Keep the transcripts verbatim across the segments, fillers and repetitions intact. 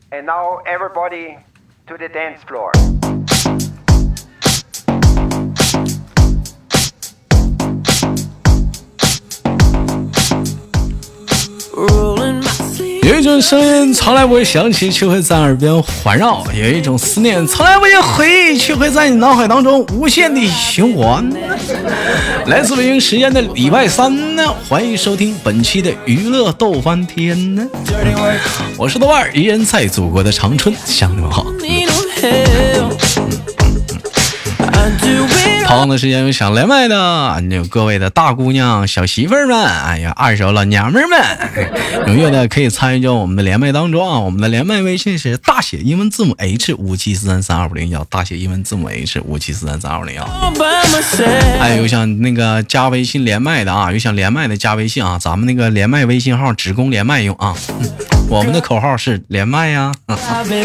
And now everybody to the dance floor. 有一种声音从来不会响起，却会在耳边环绕；有一种思念从来不会回忆，却会在你脑海当中无限的循环。来自北京时间的礼拜三呢，欢迎收听本期的娱乐逗翻天呢。我是豆瓣，依然在祖国的长春向你们好。同样的时间有想连麦的，有各位的大姑娘、小媳妇儿们，哎呀，二手老娘们儿们，踊跃的可以参与到我们的连麦当中啊！我们的连麦微信是大写英文字母 H 五七四三三二五零幺，大写英文字母 H 五七四三三二五零幺。还有想那个加微信连麦的啊，有想连麦的加微信啊，咱们那个连麦微信号只供连麦用啊。嗯、我们的口号是连麦呀、啊。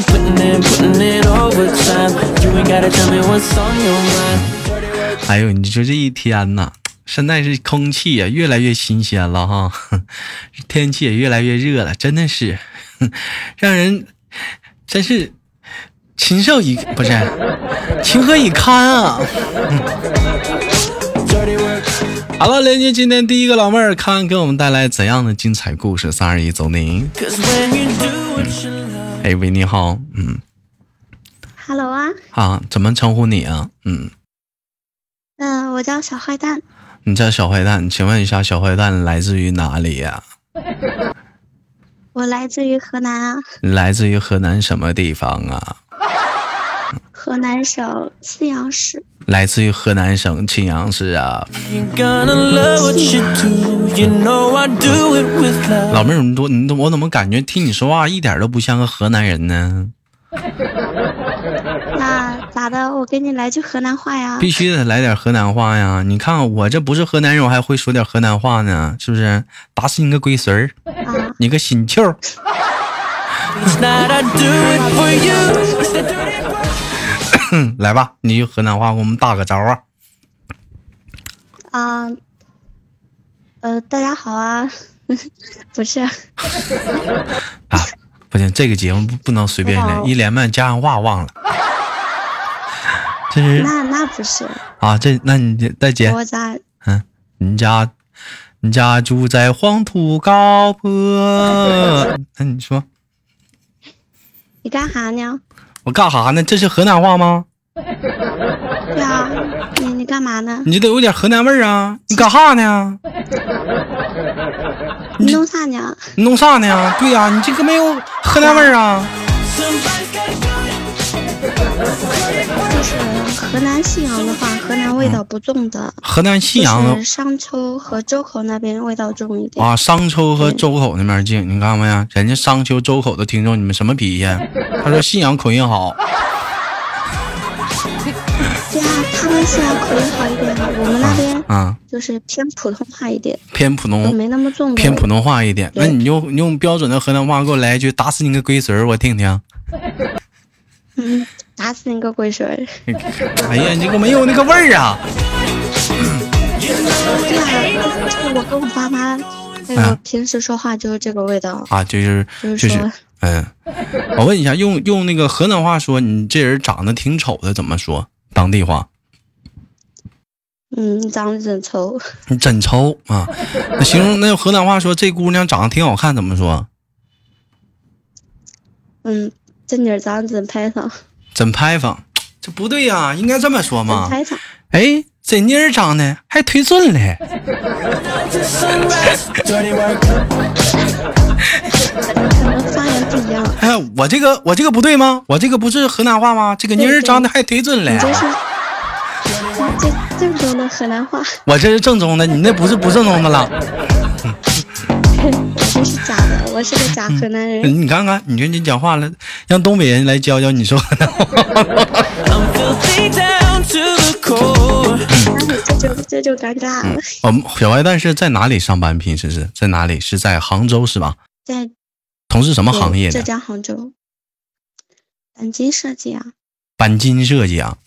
还有你说这一天呐，现在是空气也越来越新鲜了哈，天气也越来越热了，真的是让人真是禽兽以不是情何以堪啊！好了，连接今天第一个老妹儿，看给我们带来怎样的精彩故事？三二一，走您。哎喂，你好，嗯 ，Hello 啊， 啊，怎么称呼你啊？嗯。 嗯、呃，我叫小坏蛋。 你叫小坏蛋，请问一下，小坏蛋来自于哪里呀、啊？ 我来自于河南啊。 来自于河南什么地方啊？ 河南省信阳市。 来自于河南省信阳市啊。老妹儿，你多你我怎么感觉听你说话一点都不像个河南人呢？ 那咋的？我给你来句河南话呀！ 必须得来点河南话呀！你看我这不是河南人，我还会说点河南话呢，是不是？打死你个龟孙儿！啊、你个新球！来吧，你用河南话给我们打个招啊！ 啊、呃，呃，大家好啊！不是啊， 不行，这个节目不不能随便来，一连麦加上话忘了。这是那那不是啊，这那你再接。 我家嗯，你家你家住在黄土高坡。那你说， 你干啥呢？ 我干啥呢？这是河南话吗？ 对啊，你你干嘛呢？ 你得有点河南味儿啊！你干啥呢？ 你弄啥呢？ 你弄啥呢？对呀、啊，你这个没有河南味儿啊！ 就是河南信阳的话，河南味道不重的。 嗯、河南信阳、 就是商丘和周口那边味道重一点啊。商丘和周口那边近，你看没呀？人家商丘、周口的听众，你们什么脾气？他说信阳口音好。 对啊，他们信阳口音好一点，我们那边啊， 就是偏普通话一点， 偏普通， 没那么重， 偏普通话一点。那你用你用标准的河南话给我来一句，打死你个龟孙儿，我听听。 嗯，打死你个龟孙儿！ 哎呀，你这个没有那个味儿啊！ 对啊，我跟我爸妈那个平时说话就是这个味道啊，就是就是。嗯，我问一下，用用那个河南话说，你这人长得挺丑的，怎么说？当地话？ 嗯，长得真丑。 你真丑啊！那形容那河南话说，这姑娘长得挺好看，怎么说？ 嗯，这妮儿长得真排场。 真排场，这不对呀、啊，应该这么说嘛。 真排场。 哎，这妮儿长得还忒顺嘞。哎，我这个我这个不对吗？我这个不是河南话吗？这个妮儿长得还忒准嘞。 这是这正宗的河南话。 我这是正宗的，你那不是不正宗的了。 我这是假的，我是个假河南人。 嗯、你看看，你说你讲话了，让东北人来教教你说河南话。 这就这就尴尬了。 我们、嗯、小坏蛋是在哪里上班？平时是在哪里？是在杭州是吧？ 在。 从事什么行业的？ 浙江杭州。钣金设计啊。 钣金设计啊。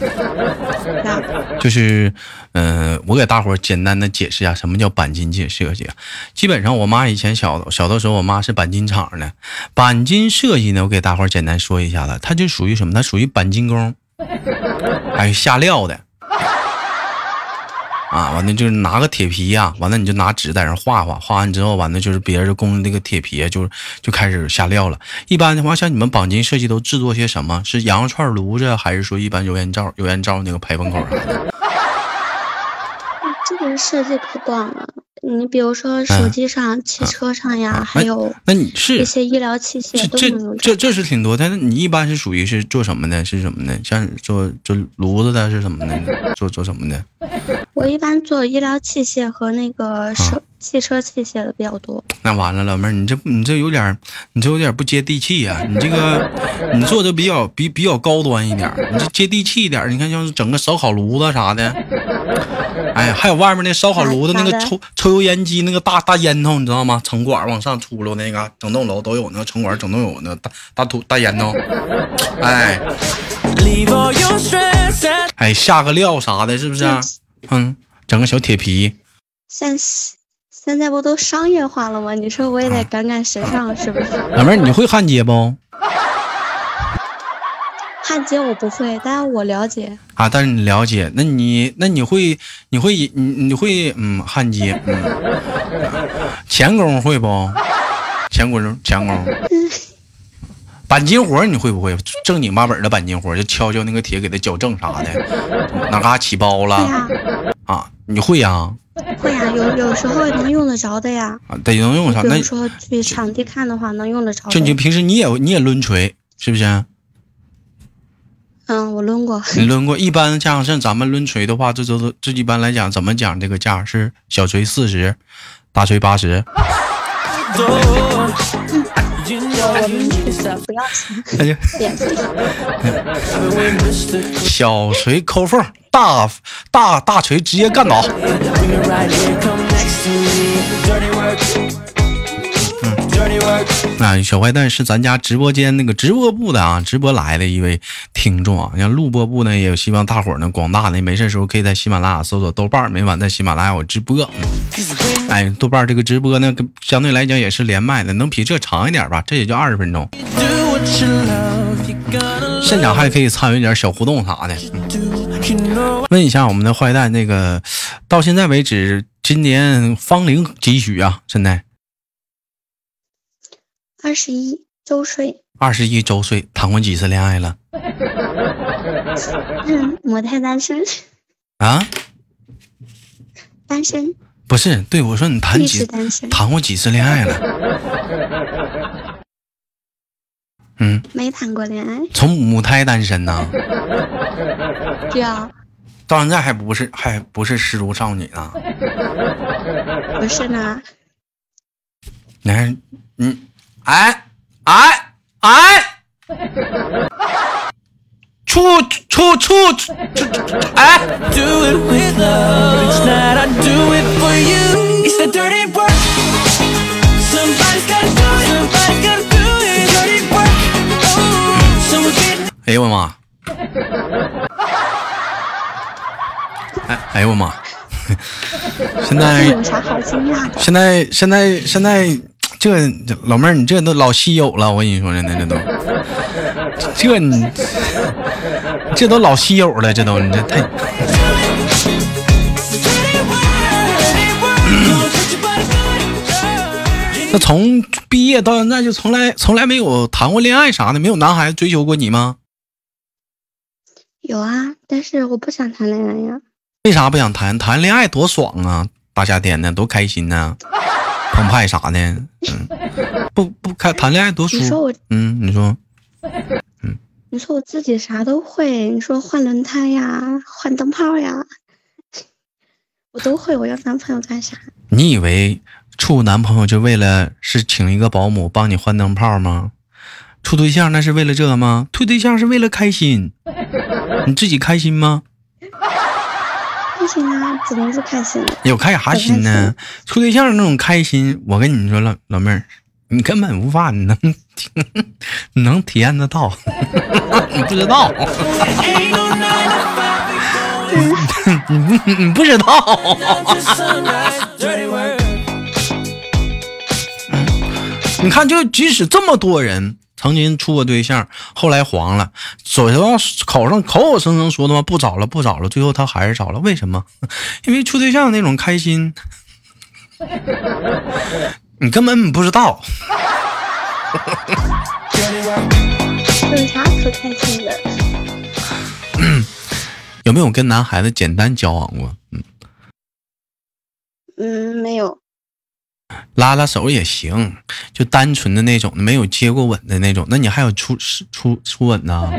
就是，嗯、呃，我给大伙儿简单的解释一下什么叫钣金设计啊。基本上，我妈以前小小的时候，我妈是钣金厂的。钣金设计呢，我给大伙儿简单说一下子，它就属于什么？它属于钣金工，还有下料的。啊，完了就是拿个铁皮呀、啊，完了你就拿纸在那画画，画完之后，完了就是别人供那个铁皮，就就开始下料了。一般的话，像你们钣金设计都制作些什么？是羊肉串炉子，还是说一般油烟罩、油烟罩那个排风口啥的？ 这个设计可广了，你比如说手机上、嗯、汽车上呀， 啊、 还有那你是一些医疗器械都能有。 这这这是挺多，但是你一般是属于是做什么的？是什么的？像做做炉子的是什么的？做做什么的？ 我一般做医疗器械和那个手、啊、汽车器械的比较多。 那完了，老妹儿，你这你这有点，你这有点不接地气呀、啊！你这个你做的比较比比较高端一点，你这接地气一点。你看，像是整个烧烤炉子啥的，哎，还有外面那烧烤炉子那个抽抽油烟机那个大大烟囱，你知道吗？城管往上出溜那个，整栋楼都有那个城管，整栋有那个大大土大烟囱，哎，哎，下个料啥的，是不是、啊？嗯，整个小铁皮。 现现在不都商业化了吗？你说我也得赶赶时尚，是不是？ 老妹儿，你会焊接不？ 焊接我不会，但是我了解啊。但是你了解，那你那你会你会你你会嗯焊接嗯，钳工会不？钳工钳工。钣金活你会不会？正经八本的钣金活，就敲敲那个铁，给它矫正啥的，哪嘎起包了？ 啊, 啊，你会呀、啊？ 会呀、啊，有有时候能用得着的呀。 啊，得能用上。 比如说去场地看的话，能用得着的。 就你平时你也你也抡锤，是不是？ 嗯，我抡过。 你抡过？一般像像咱们抡锤的话，这都这一般来讲怎么讲？这个价是小锤四十，大锤八十。 不要钱，免费。 小锤抠缝，大大大锤直接干倒。啊，小坏蛋是咱家直播间那个直播部的啊，直播来的一位听众啊。像录播部呢，也有希望大伙儿呢，广大的没事时候可以在喜马拉雅搜索豆瓣，每晚在喜马拉雅有直播。哎，豆瓣这个直播呢，相对来讲也是连麦的，能比这长一点吧？这也就二十分钟。现场还可以参与点小互动啥的。嗯、问一下我们的坏蛋，那个到现在为止，今年芳龄几许啊？现在？ 二十一周岁， 二十一周岁，谈过几次恋爱了？ 嗯，母胎单身。 啊？ 单身？ 不是，对我说你谈几谈过几次恋爱了？嗯， 没谈过恋爱。 从母胎单身呢？ 对啊。 到现在还不是还不是失足少女呢？ 不是呢。 你还嗯。哎哎哎！出出出出哎！哎呦我妈！哎哎呦我妈！现在有啥好惊讶的？ 现在现在现在。这老妹儿，你这都老稀有了，我跟你说真的，这都，这你这都老稀有了，这都你这太。那从毕业到现在就从来从来没有谈过恋爱啥的，没有男孩子追求过你吗？ 有啊，但是我不想谈恋爱呀。 为啥不想谈？谈恋爱多爽啊！大夏天的多开心呢、啊。澎湃啥的，嗯，不不开谈恋爱多舒服。 你说我， 嗯，你说， 嗯，你说我自己啥都会，你说换轮胎呀，换灯泡呀，我都会。我要男朋友干啥？ 你以为处男朋友就为了是请一个保姆帮你换灯泡吗？处对象那是为了这个吗？处对象是为了开心，你自己开心吗？ 开心啊，怎么不开心？ 有开啥心呢？处对象那种开心，我跟你说老老妹儿， 你根本无法，你能你能体验得到，你不知道，你不你不知道。你看，就即使这么多人曾经处过对象，后来黄了，嘴上口上口口声声说的嘛，不找了不找了，最后他还是找了，为什么？因为处对象那种开心，你根本不知道。 有啥可开心的？ 有没有跟男孩子简单交往过？嗯嗯，没有。 拉拉手也行，就单纯的那种，没有接过吻的那种。那你还有初初初吻呢？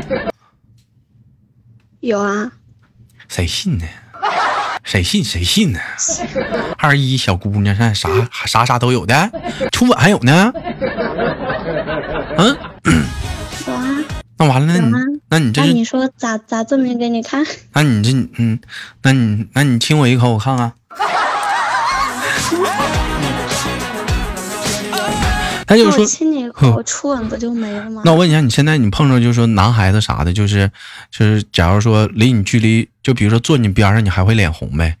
有啊。 谁信呢？谁信谁信呢？二一小姑娘，啥啥啥都有的，初吻还有呢。嗯， 有啊。 那完了，那你、啊、那你这那你说咋咋证明给你看？ 那你这嗯，那你那你亲我一口，我看看。他就说亲你一口，初吻不就没了吗？ 那我问一下，你现在你碰着就是说男孩子啥的，就是就是，假如说离你距离，就比如说坐你边上，你还会脸红呗？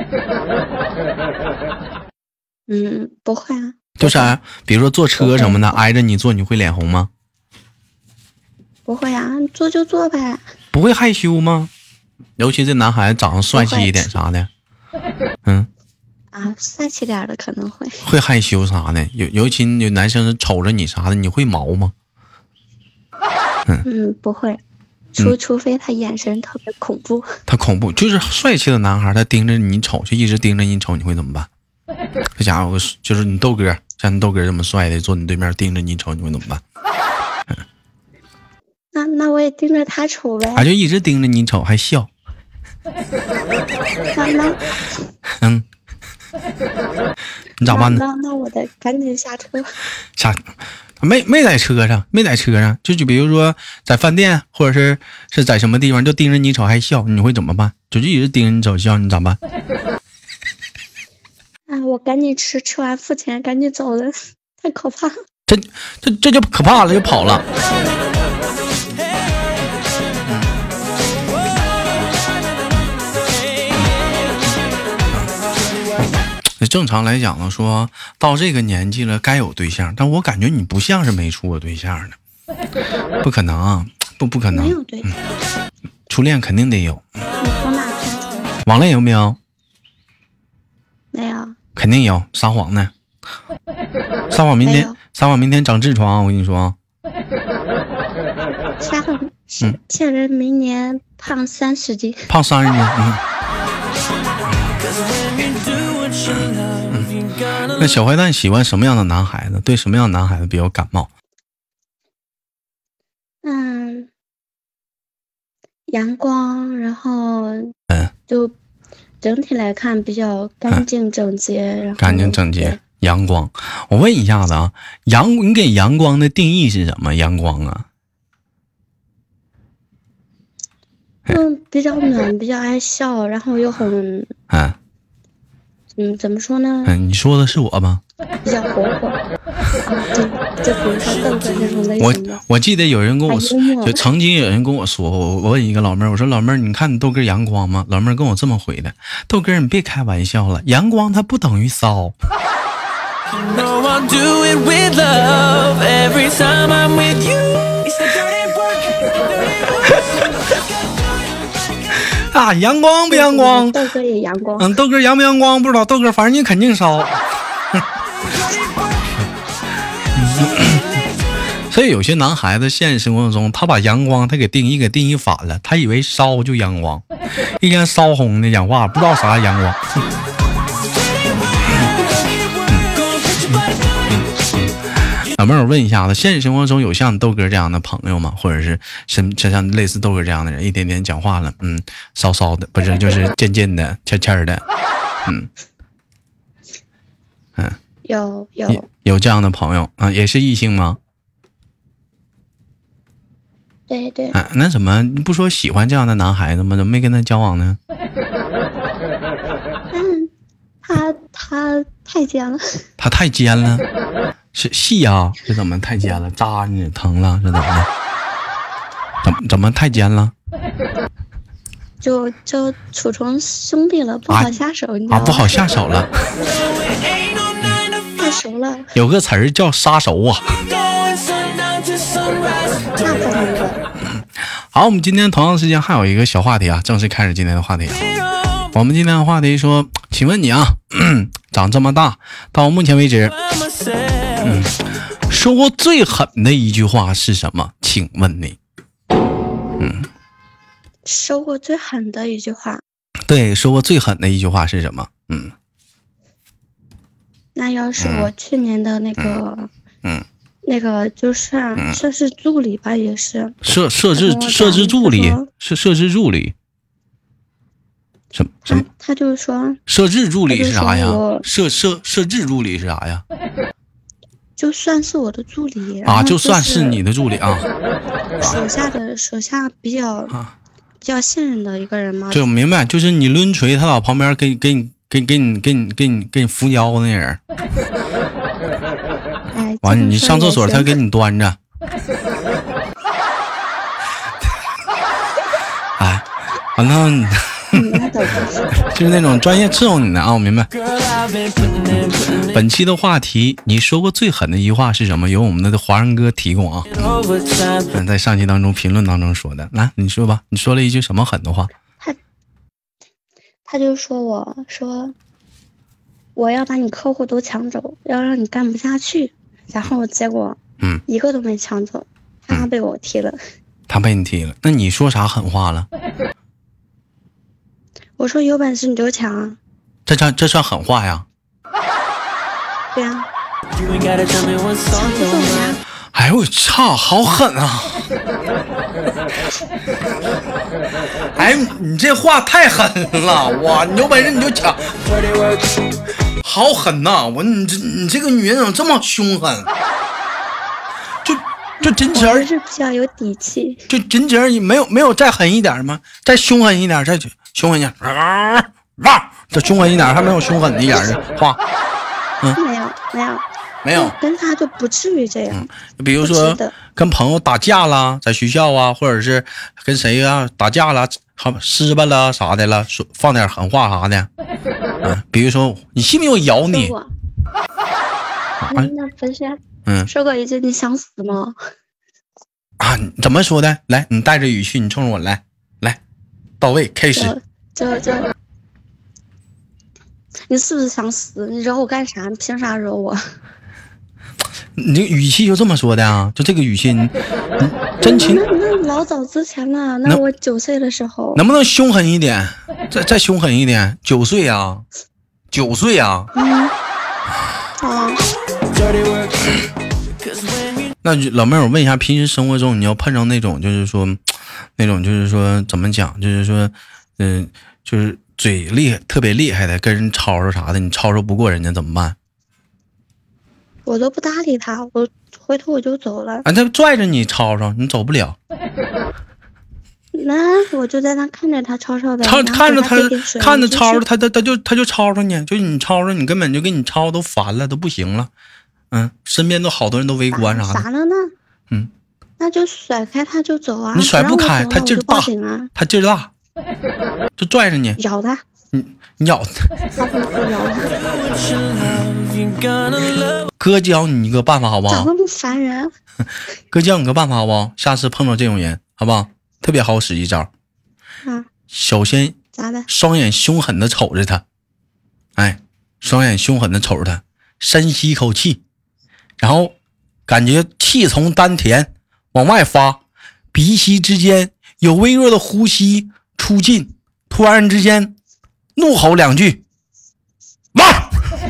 嗯，不会啊。 就是啊，比如说坐车什么的，挨着你坐，你会脸红吗？ 不会啊，坐就坐呗。 不会害羞吗？尤其这男孩子长得帅气一点啥的，嗯。 啊，帅气点的可能会会害羞啥的，尤尤其有男生瞅着你啥的，你会毛吗？ 嗯嗯，不会，除、嗯、除非他眼神特别恐怖。 他恐怖就是帅气的男孩，他盯着你瞅，就一直盯着你瞅，你会怎么办？这家伙就是你豆哥，像你豆哥这么帅的坐你对面盯着你瞅，你会怎么办？ 嗯、那那我也盯着他瞅呗。 他就一直盯着你瞅，还笑。 那那嗯。你咋办呢？ 那那我得赶紧下车。 下，没没在车上，没在车上，就就比如说在饭店或者是是在什么地方，就盯着你瞅还笑，你会怎么办？就一直盯着你瞅笑，你咋办？ 啊，我赶紧吃，吃完付钱赶紧走了，太可怕了。 这这这就可怕了，就跑了。正常来讲呢，说到这个年纪了该有对象，但我感觉你不像是没处过对象的，不可能啊，不不可能， 没有对象、 嗯，初恋肯定得有。 你从哪看出来？ 网恋有没有？ 没有。肯定有，撒谎呢。撒谎明天，撒谎明天长痔疮，我跟你说。 撒谎，嗯，骗人明年胖三十斤。 胖三十斤，嗯。那小坏蛋喜欢什么样的男孩子？对什么样的男孩子比较感冒？ 嗯，阳光，然后嗯， 就整体来看比较干净整洁，嗯、然后干净整洁，阳光。我问一下子啊，阳，你给阳光的定义是什么？阳光啊？ 嗯，比较暖，比较爱笑，然后又很嗯。 嗯，怎么说呢？ 嗯，你说的是我吗？ 比较活泼啊，对，就比如说豆哥这种类型的。 我我记得有人跟我说，就曾经有人跟我说，我我问一个老妹儿，我说老妹儿，你看你豆哥阳光吗？老妹儿跟我这么回的，豆哥你别开玩笑了，阳光它不等于骚。啊，阳光不阳光？ 豆哥也阳光。 嗯，豆哥阳不阳光不知道，豆哥反正你肯定烧。所以有些男孩子现实生活中，他把阳光他给定义给定义反了，他以为烧就阳光，一天烧红的讲话不知道啥阳光。老妹儿，我问一下子，现实生活中有像豆哥这样的朋友吗？或者是身像类似豆哥这样的人，一点点讲话了，嗯，骚骚的，不是就是渐渐的、欠欠的，嗯嗯， 有有有这样的朋友啊，也是异性吗？ 对对。 啊，那怎么你不说喜欢这样的男孩子吗？怎么没跟他交往呢？ 嗯，他他太尖了。 他太尖了。 是细啊？这怎么太尖了？扎你疼了？这怎么的？怎么怎么太尖了？ 就就处成兄弟了，不好下手，你知道啊， 吗？ 不好下手了。 太熟了。 有个词儿叫杀熟啊。 那不能的。 好，我们今天同样时间还有一个小话题啊，正式开始今天的话题啊。我们今天的话题说，请问你啊，长这么大到目前为止，嗯，说过最狠的一句话是什么？请问你，嗯， 说过最狠的一句话， 对，说过最狠的一句话是什么？嗯， 那要是我去年的那个， 嗯，嗯那个就算、嗯、算是助理吧，也是设设置设置助理，是设置助理。什么什么？ 他, 他就是说设置助理是啥呀？设设设置助理是啥呀？ 就算是我的助理啊，就算是你的助理啊， 手下的手下比较、啊、比较信任的一个人嘛。 对，我明白，就是你抡锤，他老旁边给给你给给你给你给你给你扶腰那人。 哎， 完了，你上厕所他给你端着。哎，完了。就是那种专业伺候你的啊，我明白。本期的话题，你说过最狠的一句话是什么？由我们的华人哥提供啊。嗯，在上期当中评论当中说的，来你说吧，你说了一句什么狠的话？ 他他就说我说我要把你客户都抢走，要让你干不下去，然后结果嗯一个都没抢走，他被我踢了。嗯、 他被你踢了，那你说啥狠话了？ 我说有本事你就抢啊！ 这算这算狠话呀？ 对啊。 哎呦我操，好狠啊！哎，你这话太狠了！哇，你有本事你就抢，好狠呐、啊！我你这你这个女人怎么这么凶狠？就就真姐儿是比较有底气。 就真姐儿，你没有没有再狠一点吗？再凶狠一点，再凶狠一点，啊啊！这凶狠一点，还没有凶狠的一点的话。 嗯，没有没有没有， 跟他就不至于这样。 嗯、比如说跟朋友打架啦，在学校啊，或者是跟谁啊打架啦，好失败了啥的了，说放点狠话啥的。嗯，比如说你信不信我咬你？ 那那不是，嗯，说过一句你想死吗？ 啊，怎么说的？来，你带着语气，你冲着我来，来，到位，开始。 就就，你是不是想死？你惹我干啥？你凭啥惹我？ 你这个语气就这么说的啊？就这个语气，你你真情？ 那那老早之前了，那我九岁的时候， 能不能凶狠一点？再再凶狠一点？九岁啊，九岁啊。嗯。啊。那老妹儿，我问一下，平时生活中你要碰上那种，就是说，那种就是说怎么讲，就是说，嗯、呃，就是嘴厉害，特别厉害的，跟人吵吵啥的，你吵吵不过人家怎么办？ 我都不搭理他，我回头我就走了。 啊，他拽着你吵吵，你走不了。 那我就在那看着他吵吵呗， 吵看着他，看着吵着他，他他就他就吵吵你，就你吵吵你，根本就给你吵都烦了，都不行了。嗯，身边都好多人都围观啥的。 啥了呢？ 嗯， 那就甩开他就走啊！ 你甩不开，他劲儿大，他劲儿大，就拽着你， 咬他。 你你咬他。 他不会咬他。 哥教你一个办法好不好？ 咋那么烦人？ 哥教你个办法好不好？下次碰到这种人好不好？特别好使一招。 啊。 首先， 咋的？ 双眼凶狠的瞅着他，哎，双眼凶狠的瞅着他，深吸一口气。然后感觉气从丹田往外发，鼻息之间有微弱的呼吸出进，突然之间怒吼两句，哇！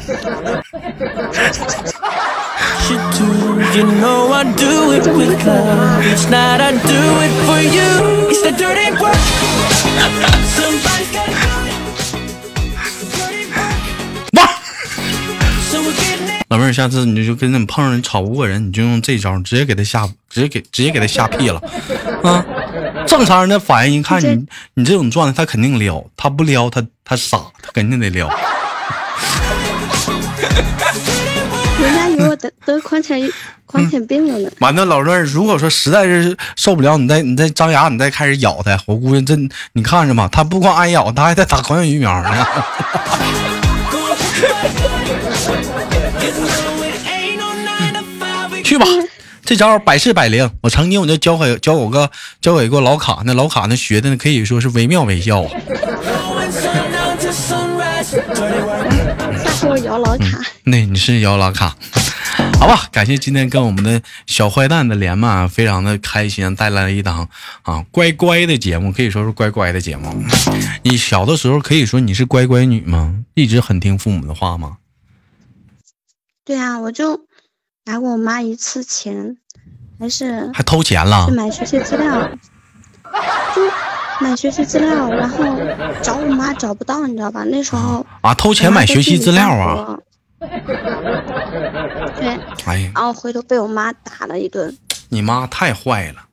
老妹儿，下次你就跟你碰上人吵不过人，你就用这招，直接给他吓，直接给直接给他吓屁了，啊！正常人的反应一看你你这种状态，他肯定撩，他不撩他他傻，他肯定得撩。 人家以为我得得狂犬狂犬病了呢。 完了，老妹儿，如果说实在是受不了，你再你再张牙，你再开始咬它，我估计这你看着吧，它不光挨咬，它还得打狂犬疫苗呢。去吧，这招百试百灵。我曾经我就教给教我个教给过老卡，那老卡那学的可以说是惟妙惟肖啊。 下次我摇老卡。 那、嗯、你是摇老卡。好吧，感谢今天跟我们的小坏蛋的连麦，非常的开心，带来了一档啊乖乖的节目，可以说是乖乖的节目。你小的时候可以说你是乖乖女吗？一直很听父母的话吗？ 对啊，我就拿过我妈一次钱，还是还偷钱了？ 买学习资料，就买学习资料，然后找我妈找不到，你知道吧？那时候啊，偷钱买学习资料啊。 对，哎呀，然后回头被我妈打了一顿。 你妈太坏了，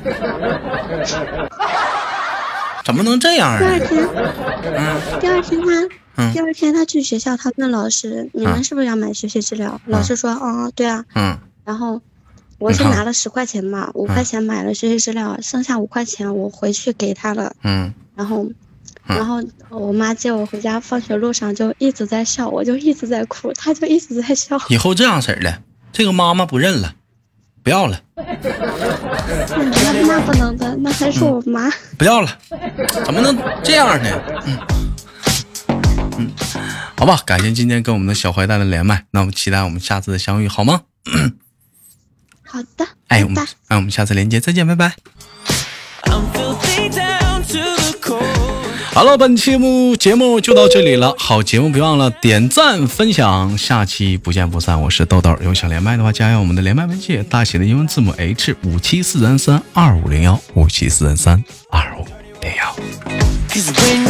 怎么能这样呢？ 第二天，嗯，第二天她，嗯、第二天她去学校，她问老师：“你们是不是要买学习资料？”嗯、老师说：“哦，对啊。”嗯，然后我是拿了十块钱嘛，五块钱买了学习资料，剩下五块钱我回去给她了。嗯，然后。然后我妈接我回家，放学路上就一直在笑，我就一直在哭，她就一直在笑。 以后这样式的，这个妈妈不认了，不要了。 那那不能的，那还是我妈。嗯、 不要了，怎么能这样呢？嗯嗯，好吧，感谢今天跟我们的小坏蛋的连麦，那我们期待我们下次的相遇，好吗？ 好的， 哎，我们那我们下次连接再见，拜拜。好了，本期目节目就到这里了。好节目别忘了点赞分享，下期不见不散。我是豆豆，有想连麦的话加入我们的连麦微信，大写的英文字母 H 五七四三三二五零幺五七四三三二五零幺。